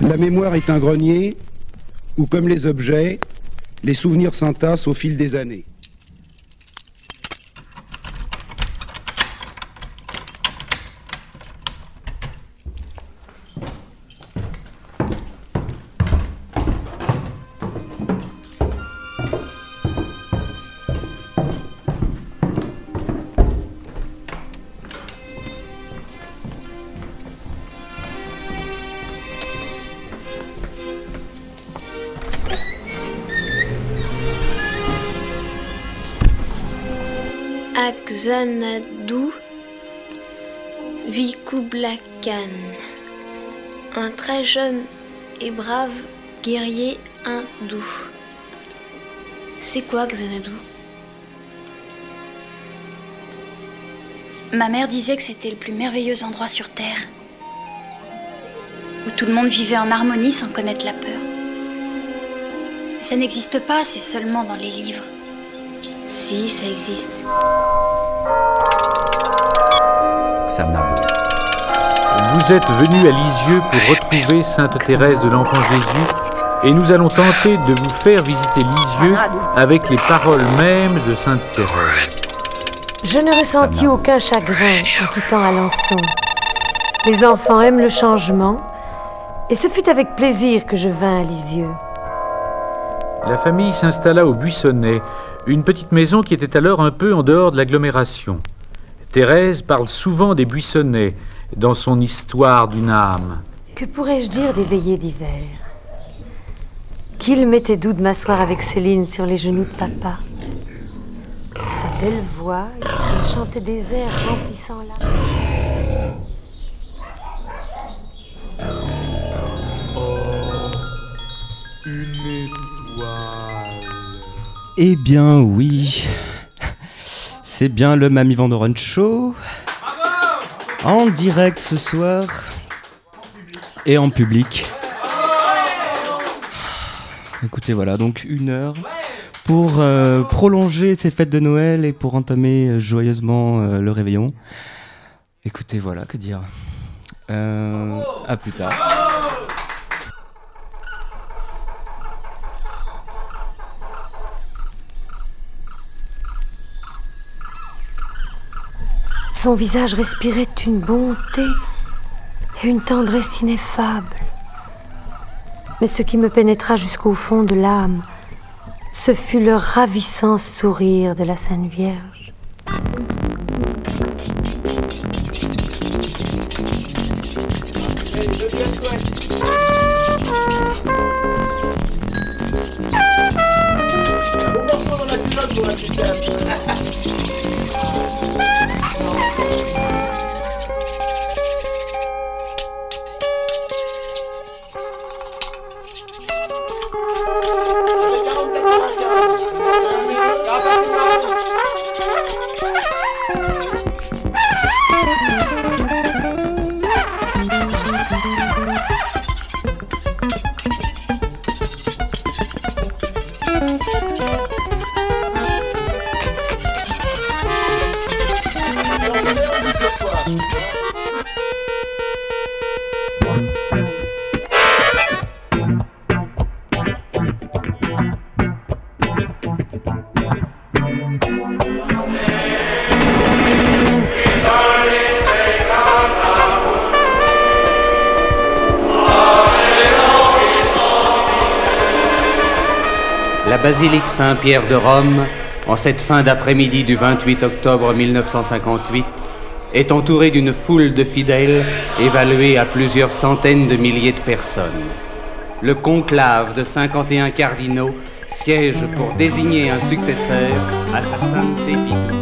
La mémoire est un grenier où, comme les objets, les souvenirs s'entassent au fil des années. Xanadu vit Kublai Khan, un très jeune et brave guerrier hindou. C'est quoi Xanadu? Ma mère disait que c'était le plus merveilleux endroit sur Terre, où tout le monde vivait en harmonie sans connaître la peur. Mais ça n'existe pas, c'est seulement dans les livres. Si, ça existe. Xanadu. Vous êtes venus à Lisieux pour retrouver Sainte Thérèse de l'Enfant Jésus et nous allons tenter de vous faire visiter Lisieux avec les paroles mêmes de Sainte Thérèse. Je ne ressentis aucun chagrin en quittant Alençon. Les enfants aiment le changement et ce fut avec plaisir que je vins à Lisieux. La famille s'installa au Buissonnet, une petite maison qui était alors un peu en dehors de l'agglomération. Thérèse parle souvent des Buissonnets dans son Histoire d'une âme. Que pourrais-je dire des veillées d'hiver? Qu'il m'était doux de m'asseoir avec Céline sur les genoux de papa. De sa belle voix, il chantait des airs remplissant l'âme. Une étoile. Eh bien oui, c'est bien le Mamie Van Doren Show, en direct ce soir et en public. Écoutez, voilà, donc 1 heure pour prolonger ces fêtes de Noël et pour entamer joyeusement le réveillon. Écoutez, voilà, que dire. À plus tard. Son visage respirait une bonté et une tendresse ineffables. Mais ce qui me pénétra jusqu'au fond de l'âme, ce fut le ravissant sourire de la Sainte Vierge. La basilique Saint-Pierre de Rome, en cette fin d'après-midi du 28 octobre 1958, est entourée d'une foule de fidèles évaluée à plusieurs centaines de milliers de personnes. Le conclave de 51 cardinaux siège pour désigner un successeur à sa sainteté Pie.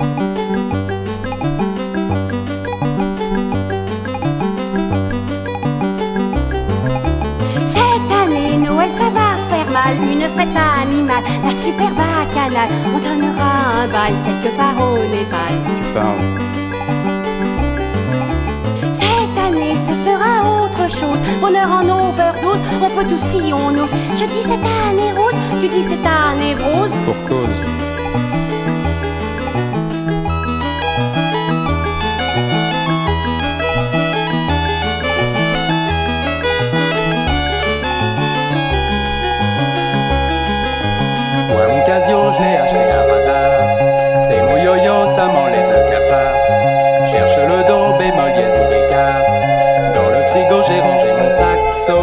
Une fête animale, la super bacchanale. On donnera un bal quelque part au Népal. Tu parles. Cette année ce sera autre chose. Bonheur en overdose, on peut tout si on ose. Je dis cette année rose, tu dis cette année rose. Pour cause. saxo.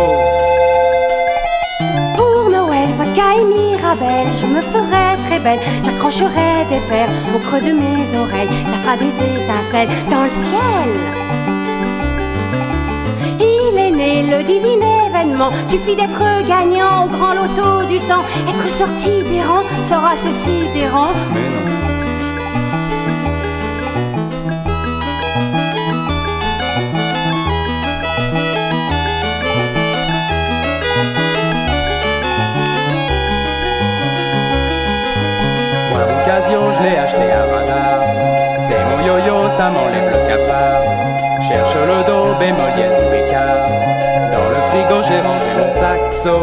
Pour Noël, vodka et Mirabelle, je me ferai très belle. J'accrocherai des perles au creux de mes oreilles. Ça fera des étincelles dans le ciel. Il est né le divin événement. Suffit d'être gagnant au grand loto du temps. Être sorti des rangs sera ce sidérant. Mais non. Je l'ai acheté à radar. C'est mon yo-yo, ça m'enlève le cafard. Cherche le do, bémol, dièse ou écart. Dans le frigo, j'ai rangé mon saxo.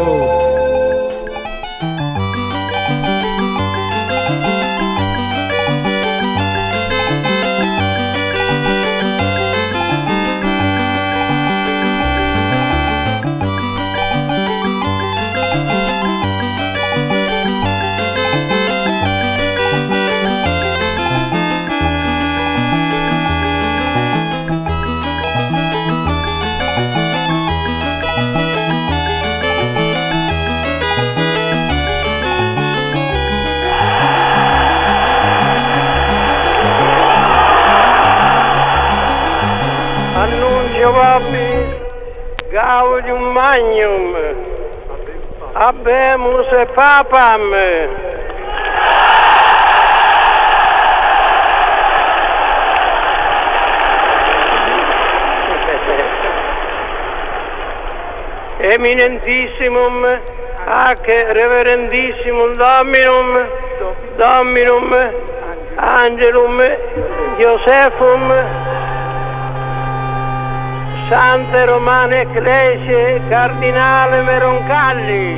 Vobis, gaudium magnum, habemus papam. Eminentissimum, ac reverendissimum Dominum, Angelum, Josephum, Sante Romane Ecclesiae, Cardinale Roncalli.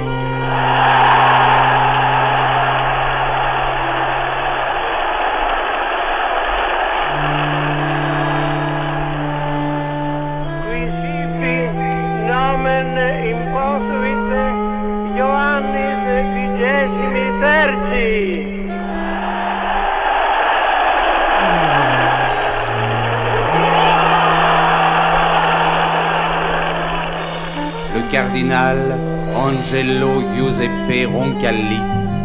Quisipi nomen imposuit Ioannis 23. Cardinal Angelo Giuseppe Roncalli.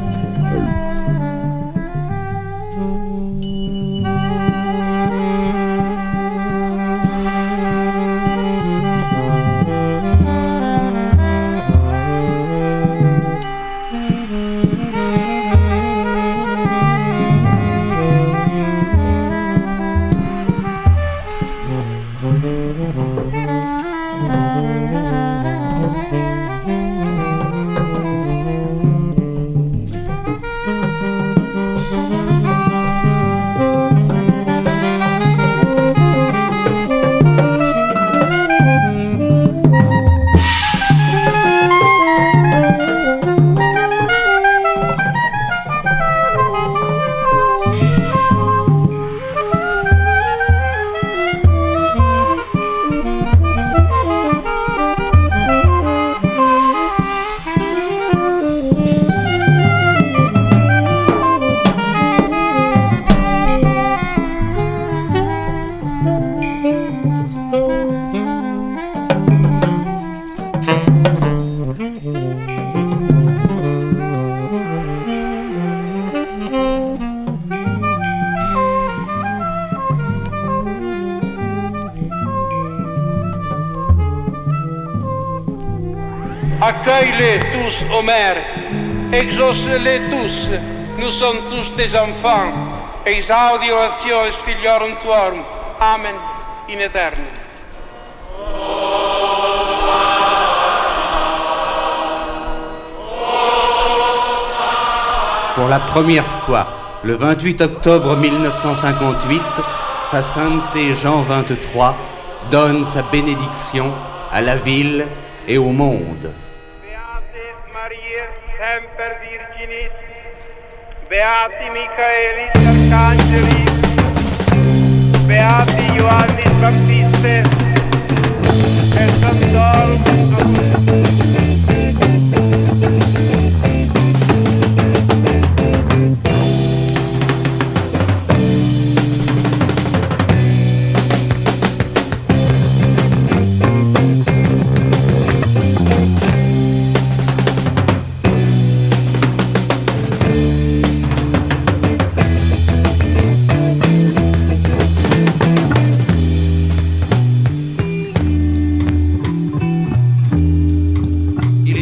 Accueille-les tous, Homère, exauce-les tous, nous sommes tous des enfants. Exaudi orationes filiorum tuorum, amen, in aeternum. Pour la première fois, le 28 octobre 1958, sa sainteté Jean XXIII donne sa bénédiction à la ville et au monde. Semper Virginis, Beati Michaelis Arcangelis, Beati Ioannis Baptistes, et Sanctorum.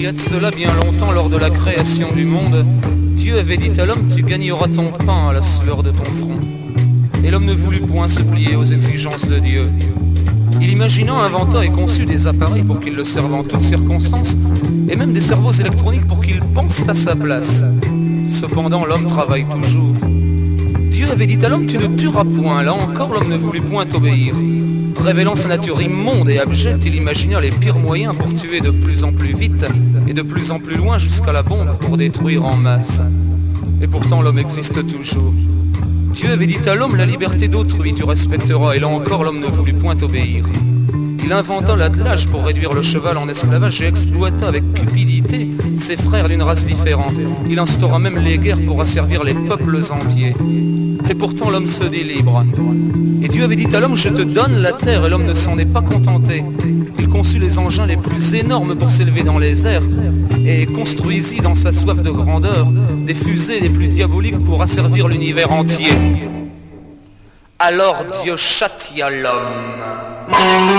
a de cela bien longtemps, lors de la création du monde, Dieu avait dit à l'homme, tu gagneras ton pain à la sueur de ton front. Et l'homme ne voulut point se plier aux exigences de Dieu. Il imagina, inventa et conçut des appareils pour qu'il le servent en toutes circonstances, et même des cerveaux électroniques pour qu'ils pensent à sa place. Cependant, l'homme travaille toujours. Dieu avait dit à l'homme, tu ne tueras point. Là encore, l'homme ne voulut point obéir. Révélant sa nature immonde et abjecte, il imagina les pires moyens pour tuer de plus en plus vite et de plus en plus loin jusqu'à la bombe pour détruire en masse. Et pourtant, l'homme existe toujours. Dieu avait dit à l'homme, la liberté d'autrui tu respecteras, et là encore l'homme ne voulut point obéir. Il inventa l'attelage pour réduire le cheval en esclavage et exploita avec cupidité ses frères d'une race différente. Il instaura même les guerres pour asservir les peuples entiers. Et pourtant l'homme se dit libre. Et Dieu avait dit à l'homme, je te donne la terre, et l'homme ne s'en est pas contenté. Il conçut les engins les plus énormes pour s'élever dans les airs, et construisit dans sa soif de grandeur des fusées les plus diaboliques pour asservir l'univers entier. Alors Dieu châtia l'homme.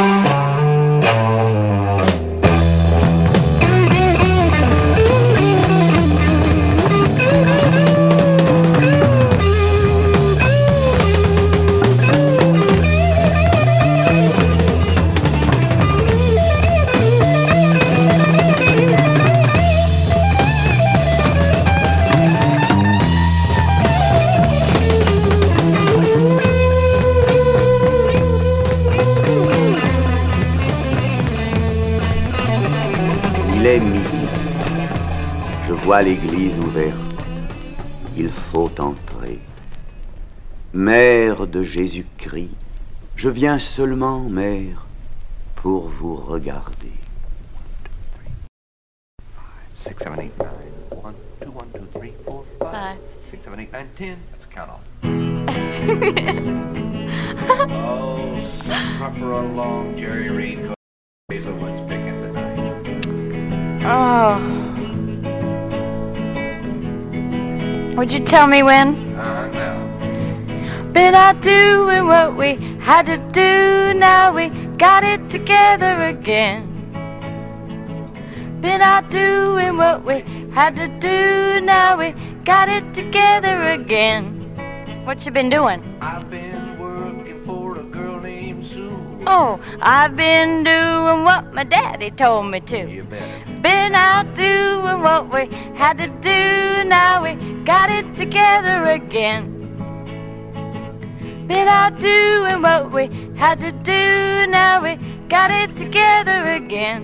Il est midi. Je vois l'église ouverte. Il faut entrer. Mère de Jésus-Christ, je viens seulement, mère, pour vous regarder. 6, 7, 8, 9. 1, 2, 1, 2, 3, 4, 5, 6, 7, 8, 9, 10. Let's count off. Oh, suffer along, Jerry Reed. What's picking tonight? Oh. Would you tell me when? No. Been out doing what we had to do, now we got it together again. Been out doing what we had to do, now we got it together again. What you been doing? I've been working for a girl named Sue. Oh, I've been doing what my daddy told me to. You bet. Been out doing what we had to do, now we got it together again. Been out doing what we had to do, now we got it together again.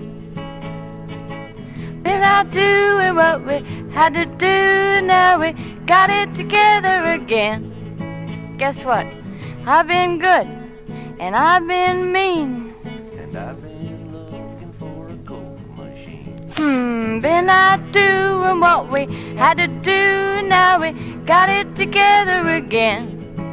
Been out doing what we had to do, now we got it together again. Guess what? I've been good, and I've been mean. And I've been looking for a coal machine. Been out doing what we had to do, now we got it together again.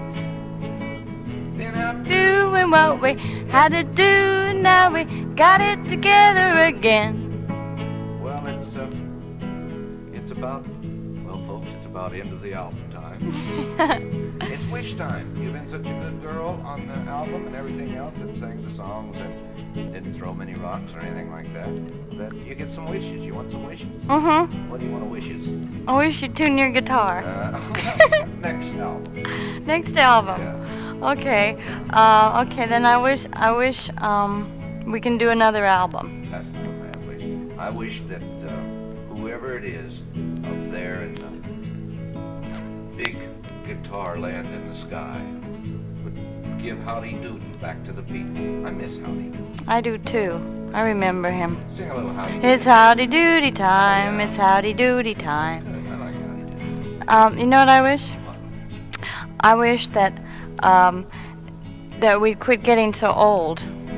Been out Doing what we had to do, now we got it together again. Well, it's about, well, folks, it's about end of the album time. It's wish time. You've been such a good girl on the album and everything else, and sang the songs and didn't throw many rocks or anything like that. That you get some wishes. You want some wishes? Mm-hmm. What do you want to wishes? I wish you'd tune your guitar. Next album. Next album. Yeah. Okay. Okay, then I wish we can do another album. That's not a bad wish. I wish that whoever it is up there in the big guitar land in the sky would give Howdy Doody back to the people. I miss Howdy Doody. I do too. I remember him. Sing a little Howdy Doody. It's Howdy Doody time. It's Howdy Doody time. I like Howdy Doody. You know what I wish? I wish that that we'd quit getting so old.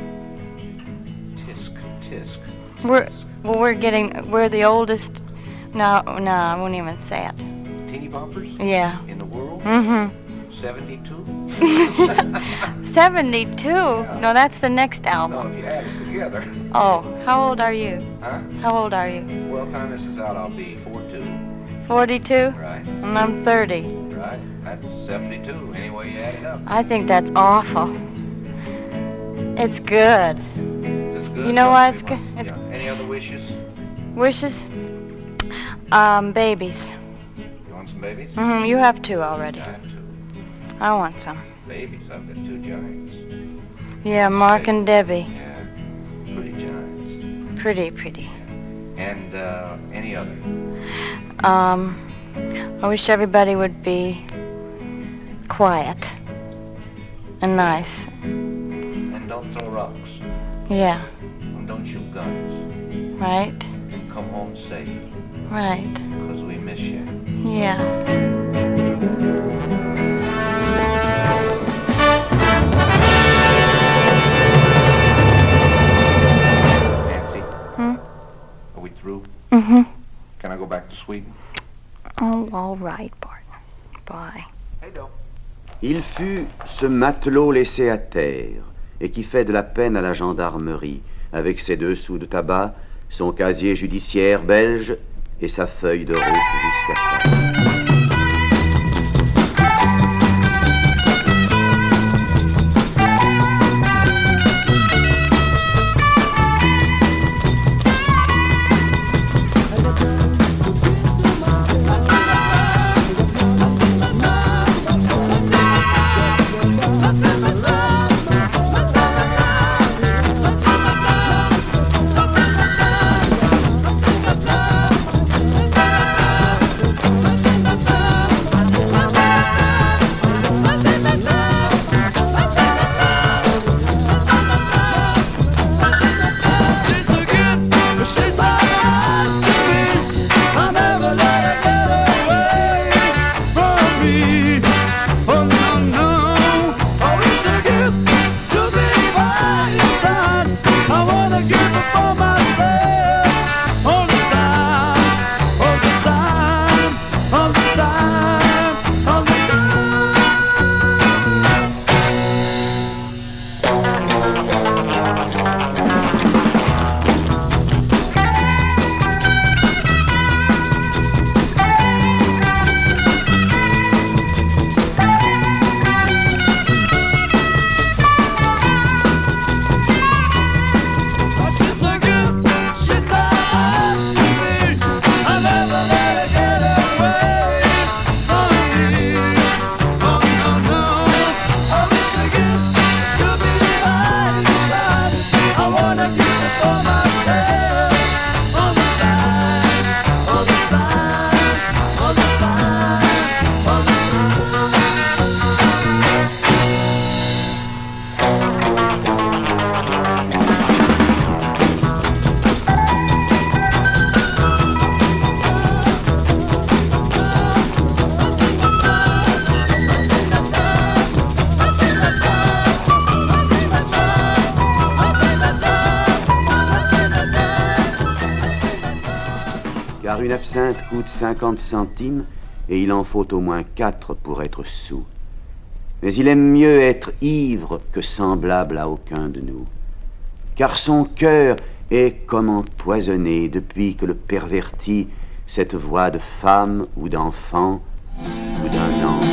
Tisk. We're the oldest. No, I won't even say it. Teeny Boppers? Yeah. In the world? Mm-hmm. 72? 72? Yeah. No, that's the next No, album. if you add us together. Oh, how old are you? Huh? How old are you? Well, time this is out, I'll be 42. 42? Right. And I'm 30. Right. That's 72. Anyway, you add it up. I think that's awful. It's good. That's good. You know why it's good? It's Any other wishes? Wishes? Babies. You want some babies? Mm-hmm, you have two already. I have two. I want some. Babies? I've got two giants. Yeah, Mark and Debbie. Yeah, pretty giants. Pretty. And, any other? I wish everybody would be quiet and nice. And don't throw rocks. Yeah. And don't shoot guns. Right. And come home safe. Right. Because we miss you. Yeah. Nancy? Hmm? Are we through? Mm-hmm. Can I go back to Sweden? Oh, all right, Bart. Bye. Hey, Doc. Il fut ce matelot laissé à terre et qui fait de la peine à la gendarmerie avec ses 2 sous de tabac, son casier judiciaire belge et sa feuille de route jusqu'à Paris. Car une absinthe coûte 50 centimes et il en faut au moins 4 pour être soûl. Mais il aime mieux être ivre que semblable à aucun de nous. Car son cœur est comme empoisonné depuis que le pervertit cette voix de femme ou d'enfant ou d'un ange.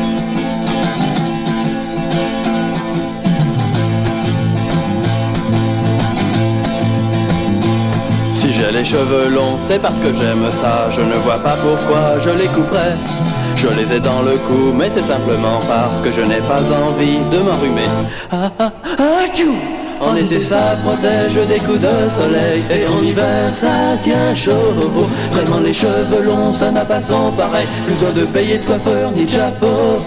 Si j'ai les cheveux longs, c'est parce que j'aime ça. Je ne vois pas pourquoi je les couperais. Je les ai dans le cou, mais c'est simplement parce que je n'ai pas envie de m'enrhumer. En été ça protège des coups de soleil, et en hiver ça tient chaud. Vraiment les cheveux longs, ça n'a pas son pareil. Plus besoin de payer de coiffeur ni de chapeau.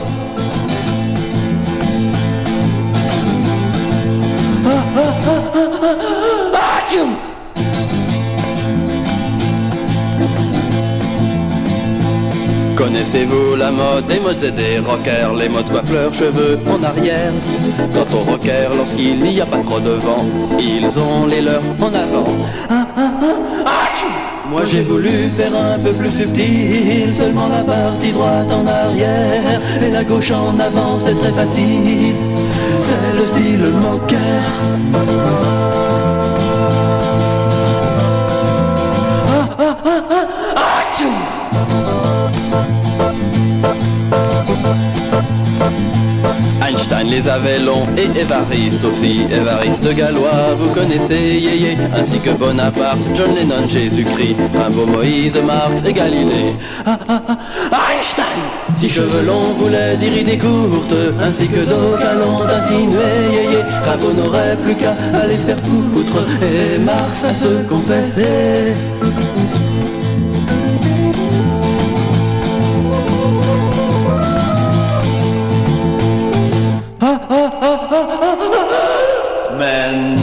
Connaissez-vous la mode des modes et des rockers? Les modes coiffeurs, cheveux en arrière. Quant aux rockers, lorsqu'il n'y a pas trop de vent, ils ont les leurs en avant. Moi j'ai voulu faire un peu plus subtil, seulement la partie droite en arrière et la gauche en avant, c'est très facile. C'est le style moqueur. Einstein les avait longs et Évariste aussi. Évariste gallois, vous connaissez Yéyé, ainsi que Bonaparte, John Lennon, Jésus-Christ, Rimbaud, Moïse, Marx et Galilée. Einstein! Si cheveux longs voulaient dire idées courtes, ainsi que d'aucuns l'ont insinué, Yéyé, Rimbaud n'aurait plus qu'à aller se faire foutre, et Marx à se confesser. Man.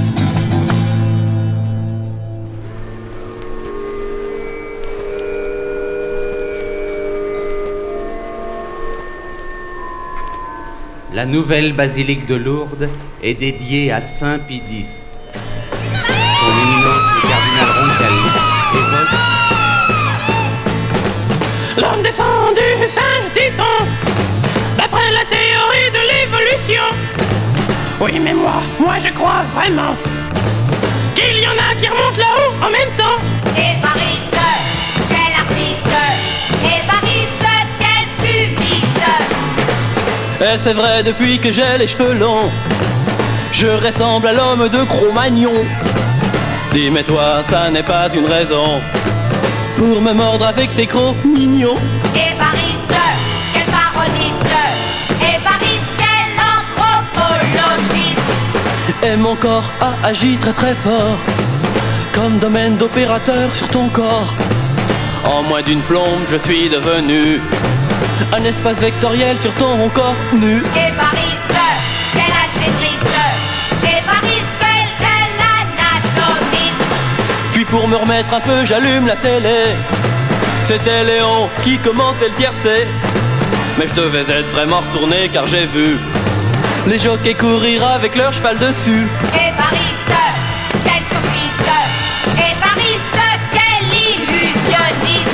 La nouvelle basilique de Lourdes est dédiée à Saint Pie X. Son éminence le cardinal Roncalli évoque l'homme descendu, singe titan, d'après la théorie de l'évolution. Oui, mais moi je crois vraiment qu'il y en a qui remontent là-haut en même temps. Évariste, quel artiste! Évariste, quel fumiste! Et c'est vrai, depuis que j'ai les cheveux longs, je ressemble à l'homme de Cro-Magnon. Dis, mais toi, ça n'est pas une raison pour me mordre avec tes crocs mignons. Évariste, quel parodiste! Évariste, quel anthropologiste! Et mon corps a agi très très fort, comme domaine d'opérateur sur ton corps. En moins d'une plombe, je suis devenu un espace vectoriel sur ton corps nu. Évariste, quel algébriste! Évariste, quel anatomiste! Puis pour me remettre un peu, j'allume la télé. C'était Léon qui commentait le tiercé. Mais je devais être vraiment retourné car j'ai vu les jockeys courir avec leur cheval dessus. Évariste, quel sophiste! Évariste, quel illusionniste!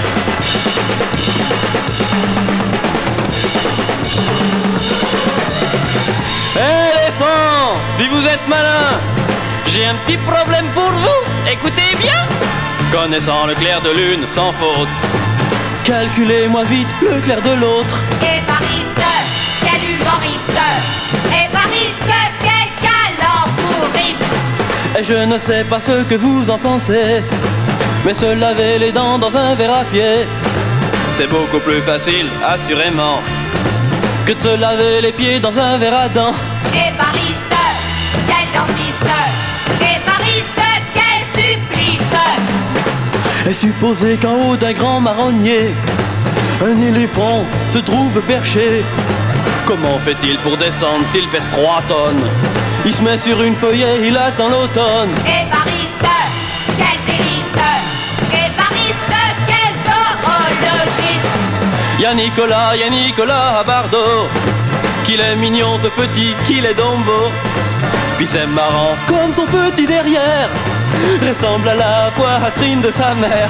Éléphant, si vous êtes malin, j'ai un petit problème pour vous, écoutez bien. Connaissant le clair de lune sans faute, calculez-moi vite le clair de l'autre. Évariste, quel humoriste! Évariste, quel calembouriste! Et je ne sais pas ce que vous en pensez, mais se laver les dents dans un verre à pied, c'est beaucoup plus facile, assurément, que de se laver les pieds dans un verre à dents. Évariste, quel dentiste! Évariste, quel supplice! Et supposez qu'en haut d'un grand marronnier, un éléphant se trouve perché. Comment fait-il pour descendre s'il pèse 3 tonnes? Il se met sur une feuillée, il attend l'automne. Évariste, quel délice! Évariste, quel zoologiste! Y'a Nicolas à Bardot, qu'il est mignon ce petit, qu'il est dombo. Puis c'est marrant comme son petit derrière ressemble à la poitrine de sa mère.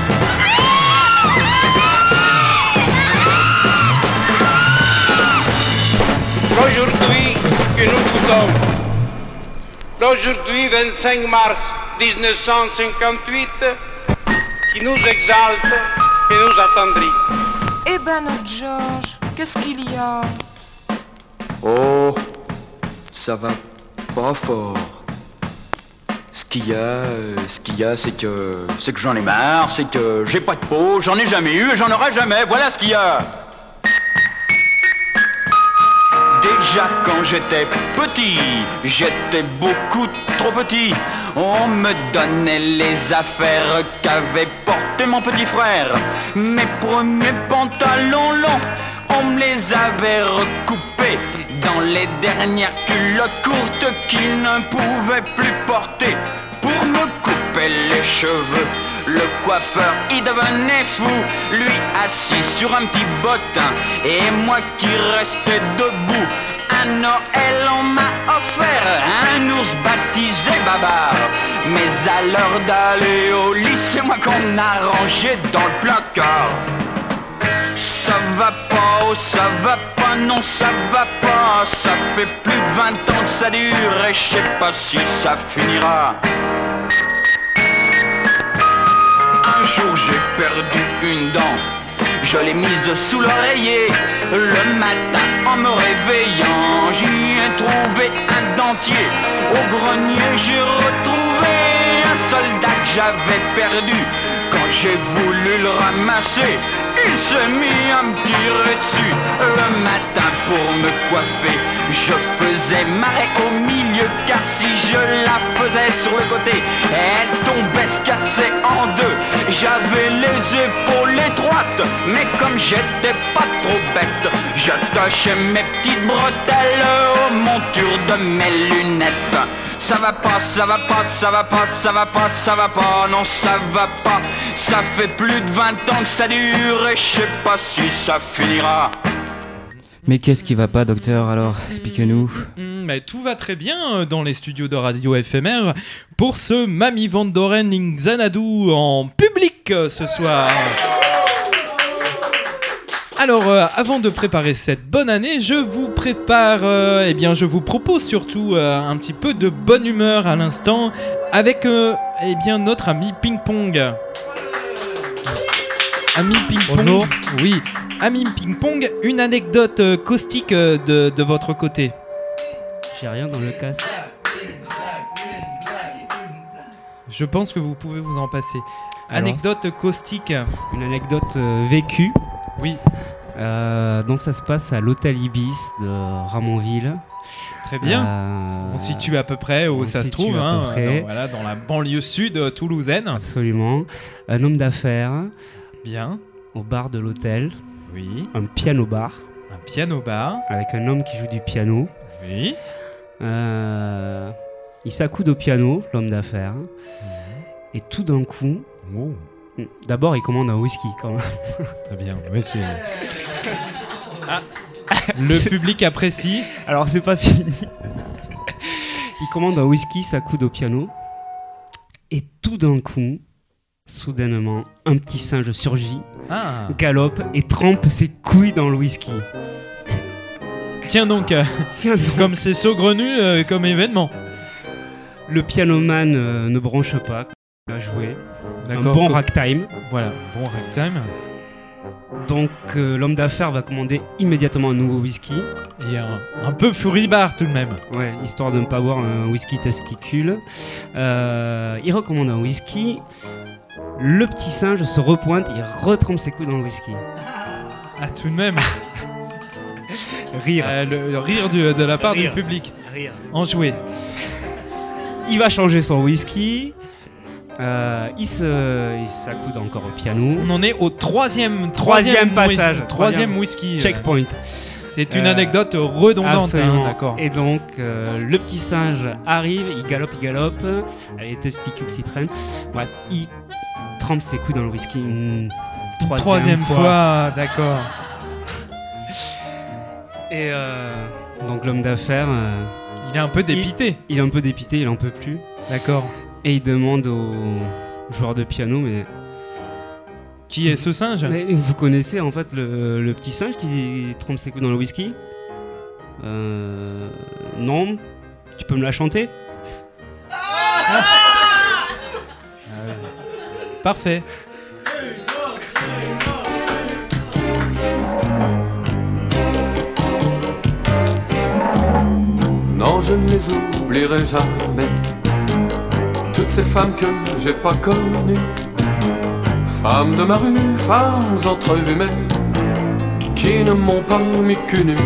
L'aujourd'hui que nous goûtons, l'aujourd'hui 25 mars 1958, qui nous exalte et nous attendrit. Eh ben notre Georges, qu'est-ce qu'il y a? Oh, ça va pas fort. Ce qu'il y a, c'est que j'en ai marre, c'est que j'ai pas de peau, j'en ai jamais eu et j'en aurai jamais, voilà ce qu'il y a. Déjà quand j'étais petit, j'étais beaucoup trop petit. On me donnait les affaires qu'avait porté mon petit frère. Mes premiers pantalons longs, on me les avait recoupés dans les dernières culottes courtes qu'il ne pouvait plus porter. Pour me couper les cheveux, le coiffeur y devenait fou. Lui assis sur un petit bottin et moi qui restais debout. À Noël on m'a offert un ours baptisé Babar. Mais à l'heure d'aller au lit, c'est moi qu'on a rangé dans le placard. Ça va pas, oh ça va pas, non ça va pas. Ça fait plus de 20 ans que ça dure et je sais pas si ça finira. Un jour j'ai perdu une dent, je l'ai mise sous l'oreiller. Le matin, en me réveillant, j'y ai trouvé un dentier. Au grenier, j'ai retrouvé un soldat que j'avais perdu. Quand j'ai voulu le ramasser, il s'est mis à me tirer dessus. Le matin, pour me coiffer, je faisais marrer au milieu, car si je la faisais sur le côté, elle tombait se casser en deux. J'avais les épaules étroites, mais comme j'étais pas trop bête, j'attachais mes petites bretelles aux montures de mes lunettes. Ça va pas, ça va pas, ça va pas, ça va pas, ça va pas, non ça va pas. Ça fait plus de 20 ans que ça dure et je sais pas si ça finira. Mais qu'est-ce qui va pas, docteur, alors? Expliquez-nous. Mais tout va très bien dans les studios de Radio FMR pour ce Mami Van Doren in Xanadu en public ce soir. Alors, avant de préparer cette bonne année, je vous je vous propose surtout un petit peu de bonne humeur à l'instant avec notre ami Ping Pong. Ami Ping Pong. Bonjour. Oui, ami Ping Pong, une anecdote caustique de votre côté. J'ai rien dans le casque. Je pense que vous pouvez vous en passer. Alors, anecdote caustique. Une anecdote vécue. Oui. Donc ça se passe à l'hôtel Ibis de Ramonville. Très bien. On situe à peu près où ça se trouve, dans la banlieue sud toulousaine. Absolument. Un homme d'affaires. Bien. Au bar de l'hôtel. Oui. Un piano-bar. Un piano-bar. Avec un homme qui joue du piano. Oui. Il s'accoude au piano, l'homme d'affaires. Et tout d'un coup... D'abord, il commande un whisky, quand même. Très bien. Oui, c'est... Le public apprécie. Alors, c'est pas fini. Il commande un whisky, s'accoude au piano. Et tout d'un coup, soudainement, un petit singe surgit, galope et trempe ses couilles dans le whisky. Tiens donc. Comme c'est saugrenu comme événement. Le pianoman ne bronche pas. Il a joué. D'accord. Un bon ragtime. Voilà, bon ragtime. Donc l'homme d'affaires va commander immédiatement un nouveau whisky. Et un peu furibard tout de même. Ouais, histoire de ne pas boire un whisky testicule. Il recommande un whisky. Le petit singe se repointe, il retrempe ses couilles dans le whisky. Ah, tout de même. Rire. Le rire de la part du public. Rire. Enjoué. Il va changer son whisky. Il s'accoude encore au piano. On en est au troisième passage. Troisième whisky. Checkpoint. C'est une anecdote redondante. D'accord. Et donc, le petit singe arrive, il galope. Les testicules qui traînent. Bref, il trempe ses couilles dans le whisky une troisième fois. D'accord. Et donc, l'homme d'affaires... il est un peu dépité. Il est un peu dépité, il en peut plus. D'accord. Et il demande au joueur de piano, mais... Qui est ce singe? Mais vous connaissez en fait le petit singe qui trempe ses couilles dans le whisky? Non. Tu peux me la chanter? Parfait. Non, je ne les oublierai jamais. Toutes ces femmes que j'ai pas connues, femmes de ma rue, femmes entrevues, mais qui ne m'ont pas mis cul nu.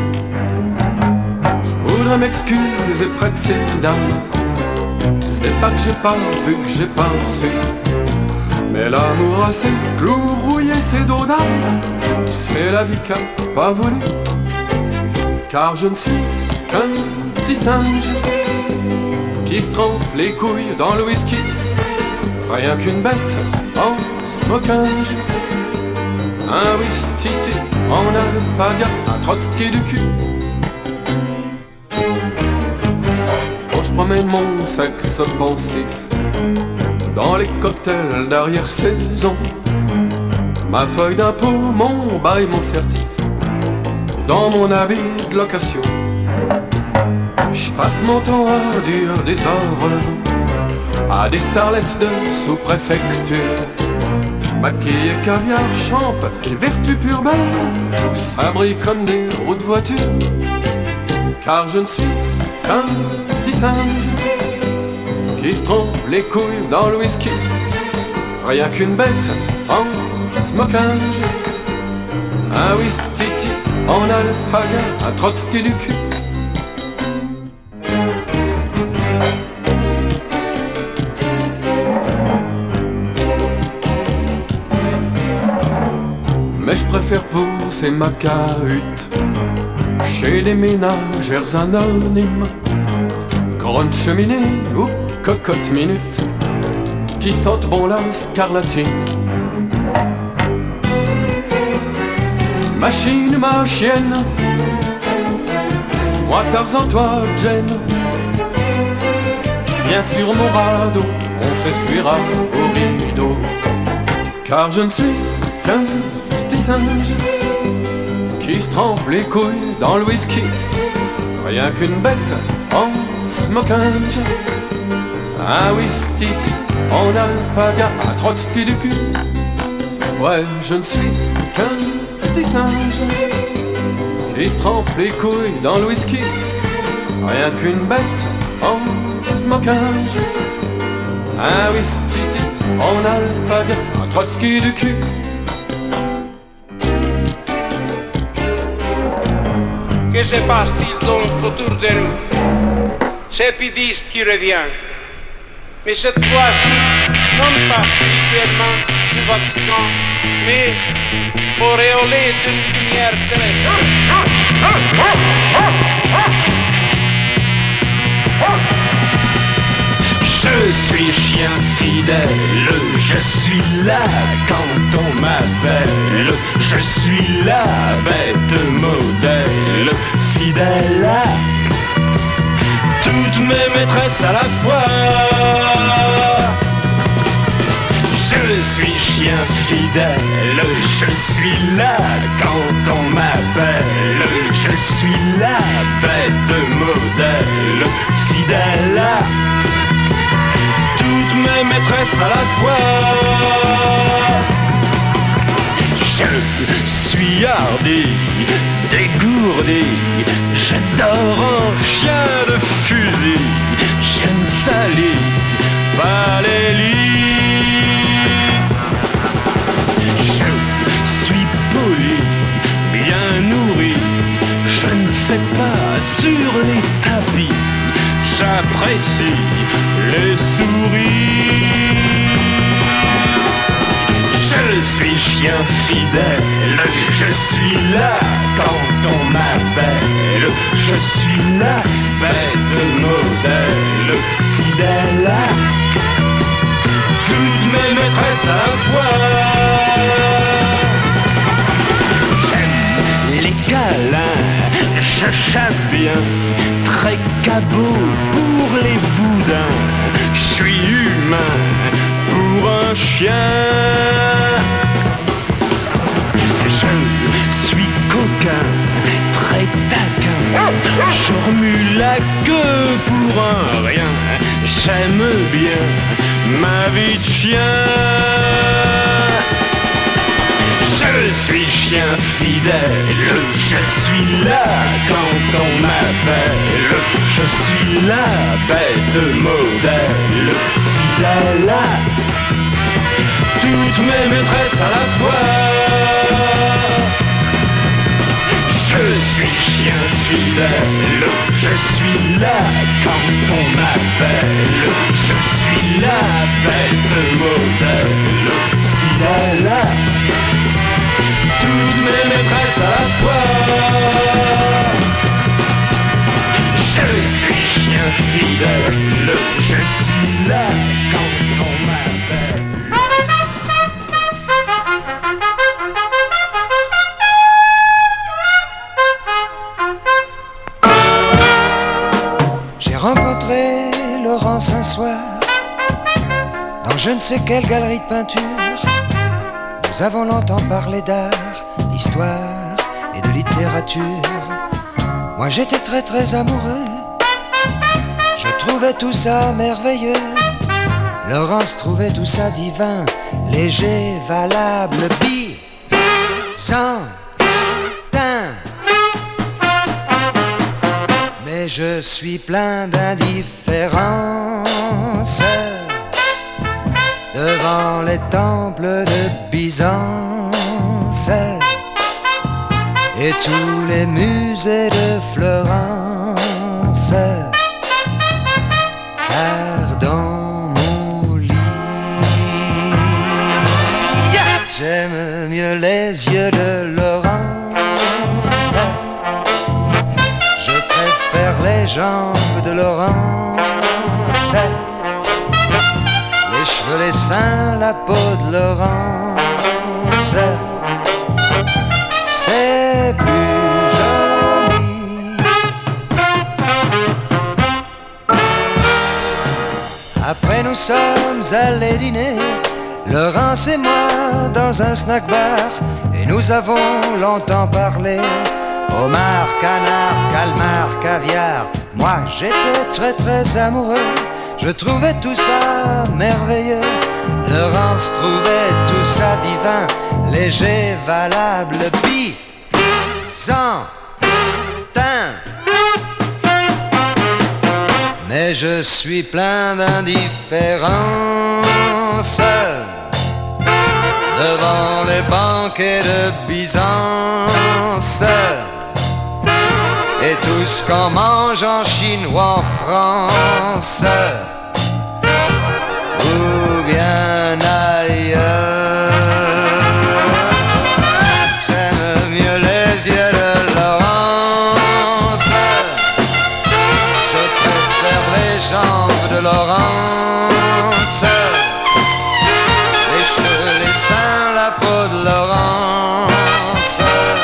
Je voudrais m'excuser près de ces dames. C'est pas que j'ai pas pu, que j'ai pas su, mais l'amour a ses clous rouillés, ses dos d'âme. C'est la vie qu'a pas voulu, car je ne suis qu'un petit singe qui se trempe les couilles dans le whisky. Rien qu'une bête en smokage, un wistiti en alpaga, un Trotsky du cul. Quand je promène mon sexe pensif dans les cocktails d'arrière-saison, ma feuille d'impôt, mon bail, mon certif, dans mon habit de location, je passe mon temps à dire des horreurs à des starlettes de sous-préfecture. maquillé caviar, champe et vertus pure belle, fabrique comme des roues de voiture. Car je ne suis qu'un petit singe qui se trompe les couilles dans le whisky. Rien qu'une bête en smokage, un wistiti en alpaga, un Trotsky du cul. Mais je préfère pousser ma cahute chez des ménagères anonymes, grande cheminée ou cocotte minute, qui sentent bon la scarlatine. Machine, ma chienne, moi Tarzan, toi Jen, viens sur mon radeau, on s'essuiera au rideau. Car je ne suis qu'un petit singe qui se trempe les couilles dans le whisky. Rien qu'une bête en smokage, un wistiti en alpaga, un Trotsky du cul. Ouais, je ne suis qu'un petit singe qui se trempe les couilles dans le whisky. Rien qu'une bête en smokage, un wistiti en alpaga, un Trotsky du cul. Que se passe-t-il donc autour de nous? C'est Pédiste qui revient. Mais cette fois-ci, non pas spirituellement du Vatican, mais auréolé d'une lumière céleste. Je suis chien fidèle, je suis là quand on m'appelle. Je suis la bête modèle, fidèle à toutes mes maîtresses à la fois. Je suis chien fidèle, je suis là quand on m'appelle. Je suis la bête modèle, fidèle à toutes mes maîtresses à la fois. Je suis hardi, dégourdi, j'adore un chien de fusil. Je ne salis pas les lits. Je suis poli, bien nourri, je ne fais pas sur les tapis. J'apprécie les souris. Je suis chien fidèle, je suis là quand on m'appelle. Je suis la bête modèle, fidèle à toutes mes maîtresses à la fois. J'aime les câlins, je chasse bien, très cabot pour les boudins. Je suis humain pour un chien. Je suis coquin, très taquin, je remue la queue pour un rien. J'aime bien ma vie de chien. Je suis chien fidèle, je suis là quand on m'appelle. Je suis la bête modèle, fidèle à toutes mes maîtresses à la fois. Je suis chien fidèle, je suis là quand on m'appelle. Je suis la bête modèle, fidèle à toutes mes maîtresses à la fois. Je suis chien fidèle, je suis là quand on m'appelle. J'ai rencontré Laurence un soir dans je ne sais quelle galerie de peinture. Nous avons longtemps parlé d'art, d'histoire et de littérature. Moi j'étais très très amoureux, je trouvais tout ça merveilleux. Laurence trouvait tout ça divin, léger, valable, byzantin. Mais je suis plein d'indifférence devant les temples de Byzance et tous les musées de Florence. Car dans mon lit, j'aime mieux les yeux de Laurence. Je préfère les jambes de Laurence, les cheveux, les seins, la peau de Laurence. C'est plus joli. Après nous sommes allés dîner, Laurence et moi, dans un snack bar, et nous avons longtemps parlé. Homard, canard, calmar, caviar. Moi j'étais très très amoureux, je trouvais tout ça merveilleux. Laurence trouvait tout ça divin, léger, valable, byzantin. Mais je suis plein d'indifférence devant les banquets de Byzance et tout ce qu'on mange en Chine ou en France ou bien ailleurs. J'aime mieux les yeux de Laurence, je préfère les jambes de Laurence, les cheveux, les seins, la peau de Laurence.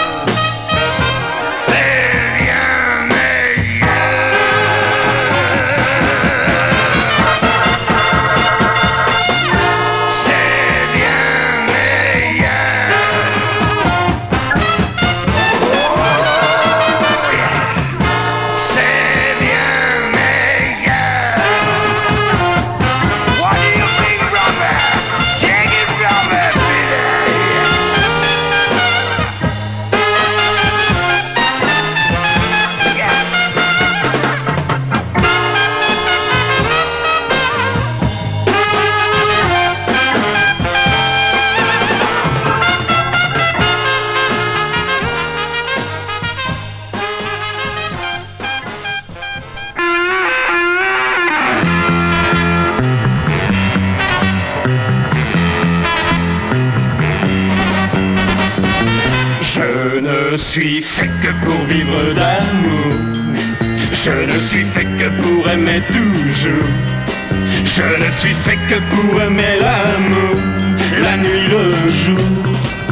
Je suis fait que pour vivre d'amour. Je ne suis fait que pour aimer toujours. Je ne suis fait que pour aimer l'amour, la nuit, le jour.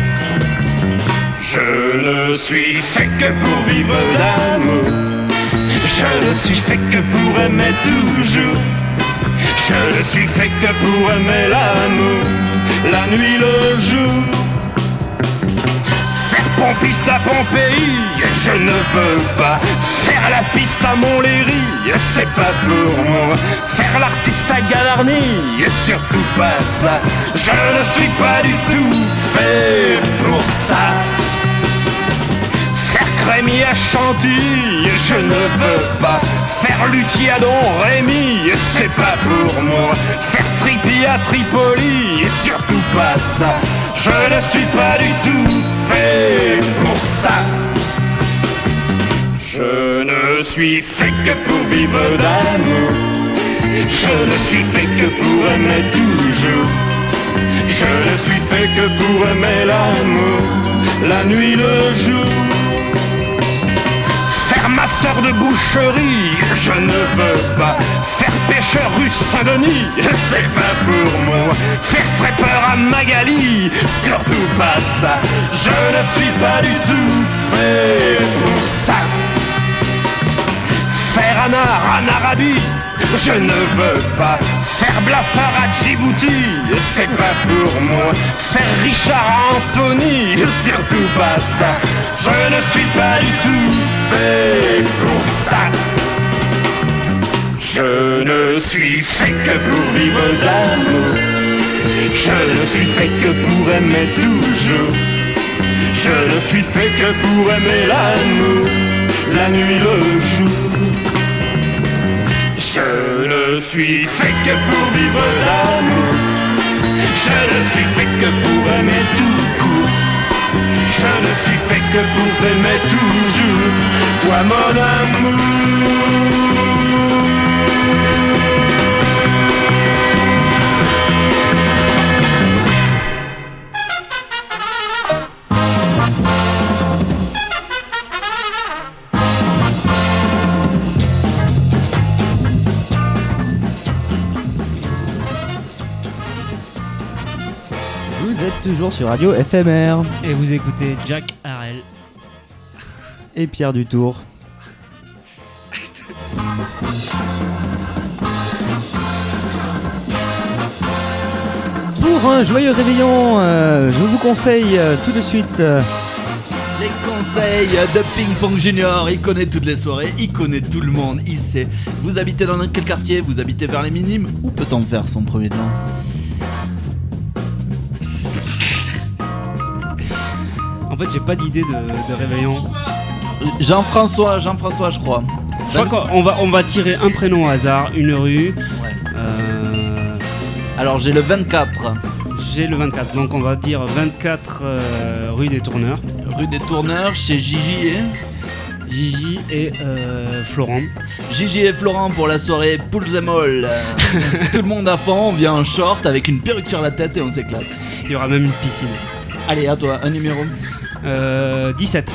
Je ne suis fait que pour vivre d'amour. Je ne suis fait que pour aimer toujours. Je ne suis fait que pour aimer l'amour, la nuit, le jour. Pompiste à Pompéi, je ne veux pas. Faire la piste à Montlhéry, c'est pas pour moi. Faire l'artiste à Gavarnie, surtout pas ça. Je ne suis pas du tout fait pour ça. Faire Crémy à Chantilly, je ne veux pas. Faire luthier à Don Rémy, c'est pas pour moi. Faire Trippi à Tripoli, surtout pas ça. Je ne suis pas du tout fait pour ça. Je ne suis fait que pour vivre d'amour. Je ne suis fait que pour aimer toujours. Je ne suis fait que pour aimer l'amour, la nuit, le jour. Faire masseur de boucherie, je ne veux pas. Faire pêcheur rue Saint-Denis, c'est pas pour moi. Faire trappeur à Magali, surtout pas ça. Je ne suis pas du tout fait pour ça. Faire Anar en Arabie, je ne veux pas. Faire Blafard à Djibouti, c'est pas pour moi. Faire Richard à Antony, surtout pas ça. Je ne suis pas du tout fait pour ça. Je ne suis fait que pour vivre d'amour. Je ne suis fait que pour aimer toujours. Je ne suis fait que pour aimer l'amour, la nuit, le jour. Je ne suis fait que pour vivre d'amour. Je ne suis fait que pour aimer tout court. Je ne suis fait que pour t'aimer toujours, toi mon amour. Vous êtes toujours sur Radio FMR. Et vous écoutez Jack Harrell. Et Pierre Dutour. Pour un joyeux réveillon, je vous conseille tout de suite... Les conseils de Ping Pong Junior. Il connaît toutes les soirées, il connaît tout le monde, il sait. Vous habitez dans quel quartier? Vous habitez vers les Minimes? Où peut-on faire son premier plan? En fait, j'ai pas d'idée de réveillon. Jean-François, je crois. Je crois qu'on va tirer un prénom au hasard, une rue. Ouais. Alors j'ai le 24. J'ai le 24, donc on va dire 24 rue des Tourneurs. Rue des Tourneurs, chez Gigi et Florent. Gigi et Florent pour la soirée Poules et Molles. Tout le monde à fond, on vient en short avec une perruque sur la tête et on s'éclate. Il y aura même une piscine. Allez, à toi, un numéro. 17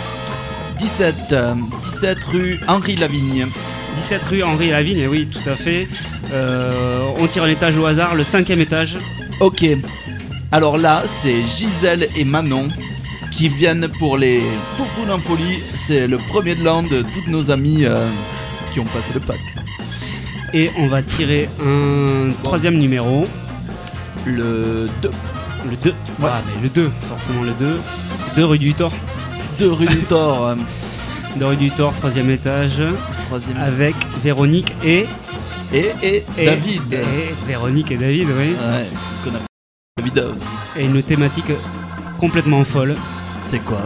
rue Henri Lavigne. 17 rue Henri Lavigne, oui, tout à fait. On tire un étage au hasard, le 5e étage. Ok. Alors là, c'est Gisèle et Manon qui viennent pour les Foufounes en folie. C'est le premier de l'an de toutes nos amies qui ont passé le pack. Et on va tirer un 3e numéro. Le 2. Le 2. Ouais. Ah, mais le 2, forcément le 2. 2 rue du Thor. 2 rue du Thor. 2 rue du Thor, 3e étage. 3e. Avec Véronique et David. Et Véronique et David, oui. Ouais, qu'on a David aussi. Et une thématique complètement folle. C'est quoi?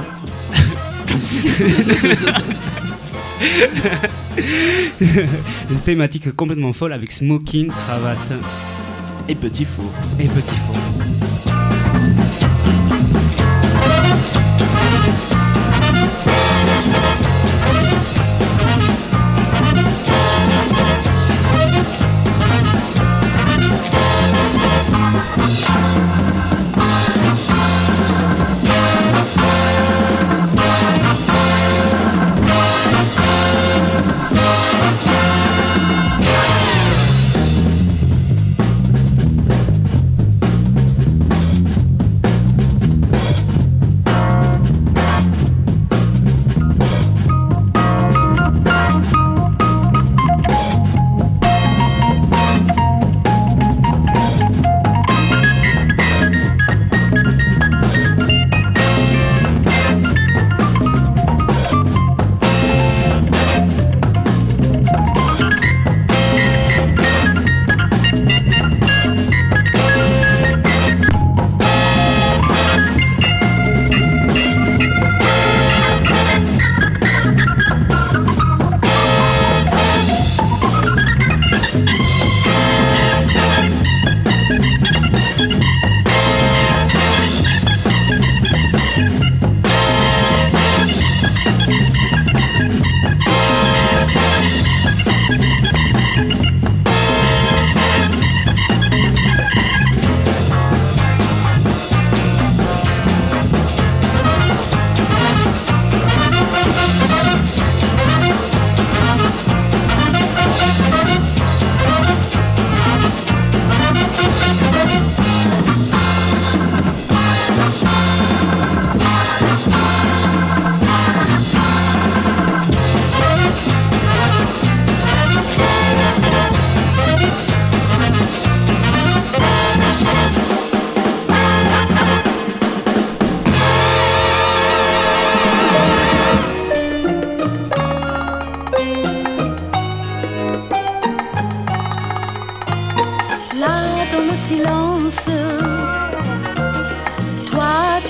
Une thématique complètement folle avec smoking, cravate. Et petit four.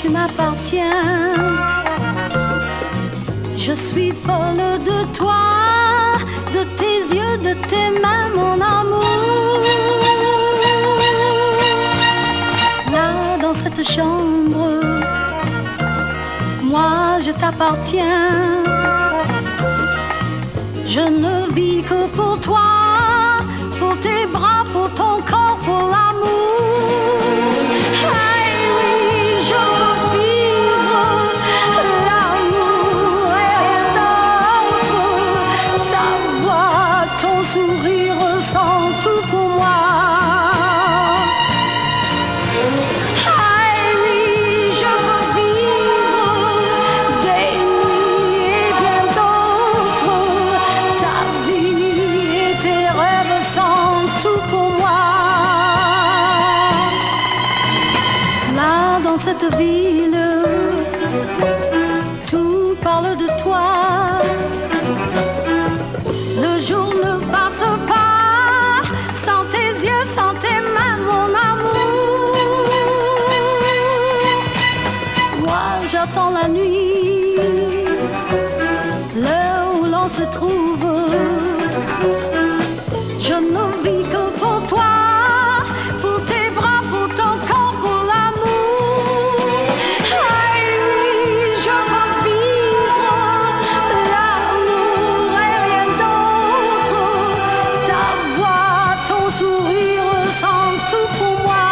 tu m'appartiens. Je suis folle de toi, de tes yeux, de tes mains, mon amour. Là, dans cette chambre, moi je t'appartiens. Je ne vis que pour toi, pour tes bras, pour ton corps, pour l'amour. Hey, oui, je veux vivre l'amour et d'autres. Ta voix, ton sourire sont tout pour moi. Hey, oui, je veux vivre des nuits et bien d'autres. Ta vie et tes rêves sont tout pour moi. Là, dans cette ville, tout parle de toi. Le jour ne passe pas sans tes yeux, sans tes mains, mon amour. Moi, j'attends la nuit, l'heure où l'on se trouve. Je ne vis que pour toi, pour tes bras, pour ton corps, pour l'amour. Hey, oui, je veux vivre l'amour et rien d'autre. Ta voix, ton sourire sont tout pour moi.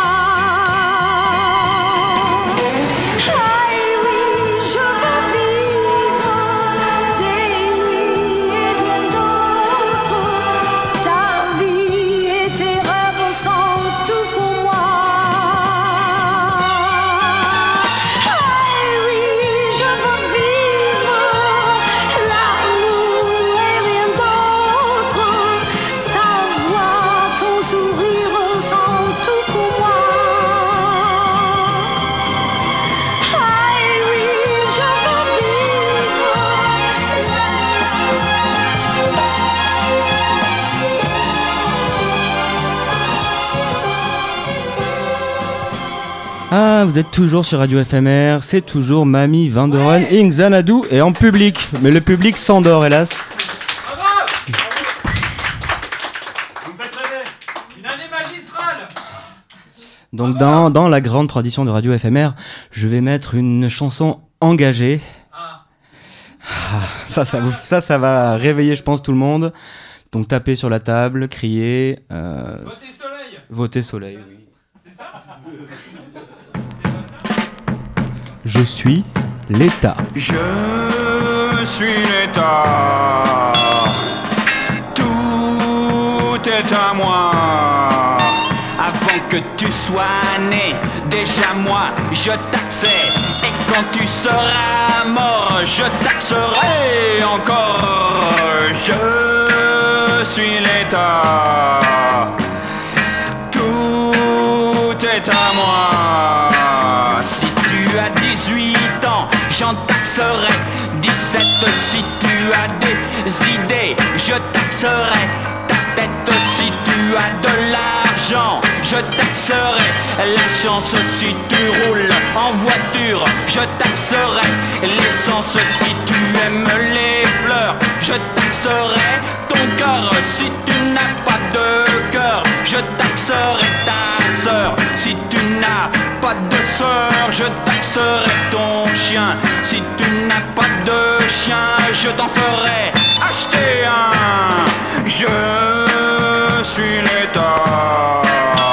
Hey, oui, je veux vivre des nuits et bien d'autres. Ta vie et tes rêves sont tout pour moi. Hey, oui, je veux vivre l'amour et rien d'autre. Ta voix, ton sourire sont tout pour moi. Hey, oui, je veux vivre. Ah, vous êtes toujours sur Radio FMR, c'est toujours Mamie Van der Run, Ing Xanadu et en public. Mais le public s'endort, hélas. Donc dans la grande tradition de Radio FMR, je vais mettre une chanson engagée. Ah, ça va réveiller, je pense, tout le monde. Donc taper sur la table, crier. Voter soleil, oui. Je suis l'État. Je suis l'État. Tout est à moi. Avant que tu sois né, déjà moi je taxais. Et quand tu seras mort, je taxerai encore. Je suis l'État. Tout est à moi. Si tu as 18 ans, j'en taxerai 17. Si tu as des idées, je taxerai ta tête. Si tu as de l'argent, je taxerai la chance. Si tu roules en voiture, je taxerai l'essence. Si tu aimes les fleurs, je taxerai ton cœur. Si tu n'as pas de cœur, je taxerai ta sœur. Si tu n'as pas de sœur, je taxerai ton chien. Si tu n'as pas de chien, je t'en ferai acheter un. Je suis l'État.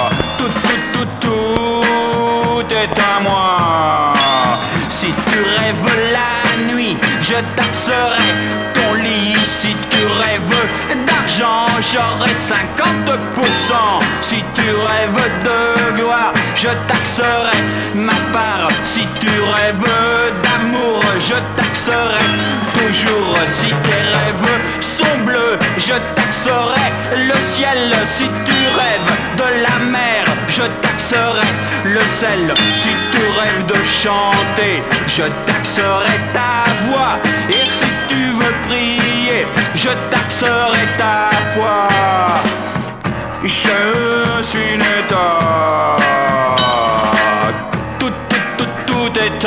Tout est à moi. Si tu rêves la nuit, je taxerai ton lit. Si tu rêves d'argent, j'aurai 50%. Si tu rêves de gloire, je taxerai ma part. Si tu rêves d'amour, je taxerai toujours. Si tes rêves sont bleus, je taxerai le ciel. Si tu rêves de la mer, je taxerai le sel. Si tu rêves de chanter, je taxerai ta voix. Et si tu veux prier, je taxerai ta foi. Je suis l'État. Tout est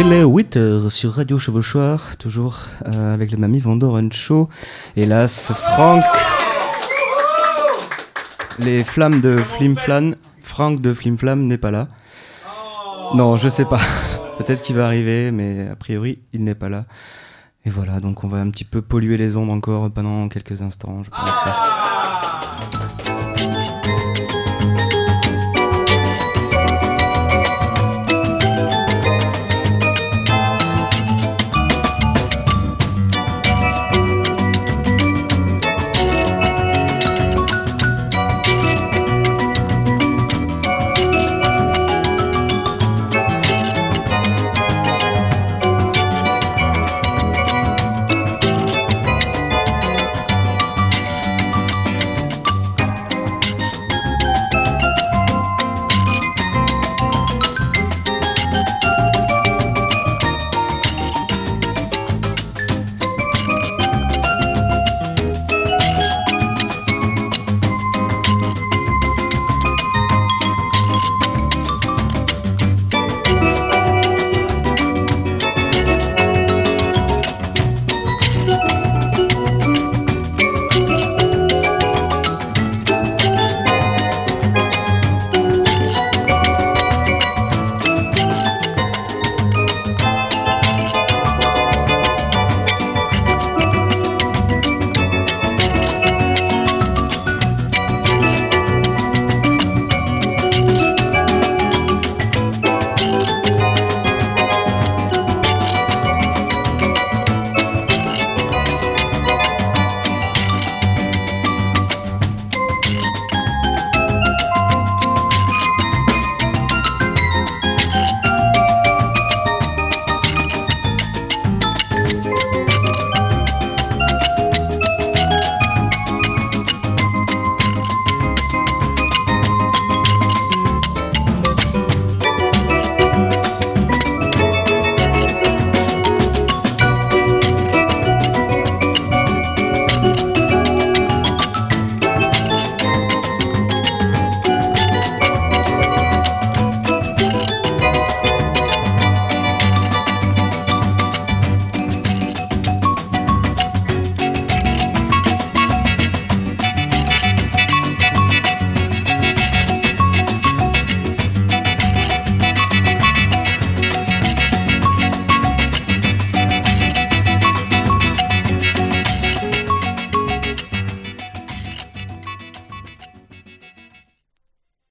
Pile 8h sur Radio Chevauchoir, toujours avec le Mamie Vandoren Show. Hélas, Franck, les flammes de Flimflam, Franck de Flimflam n'est pas là. Non, je sais pas. Peut-être qu'il va arriver, mais a priori, il n'est pas là. Et voilà, donc on va un petit peu polluer les ondes encore pendant quelques instants, je pense.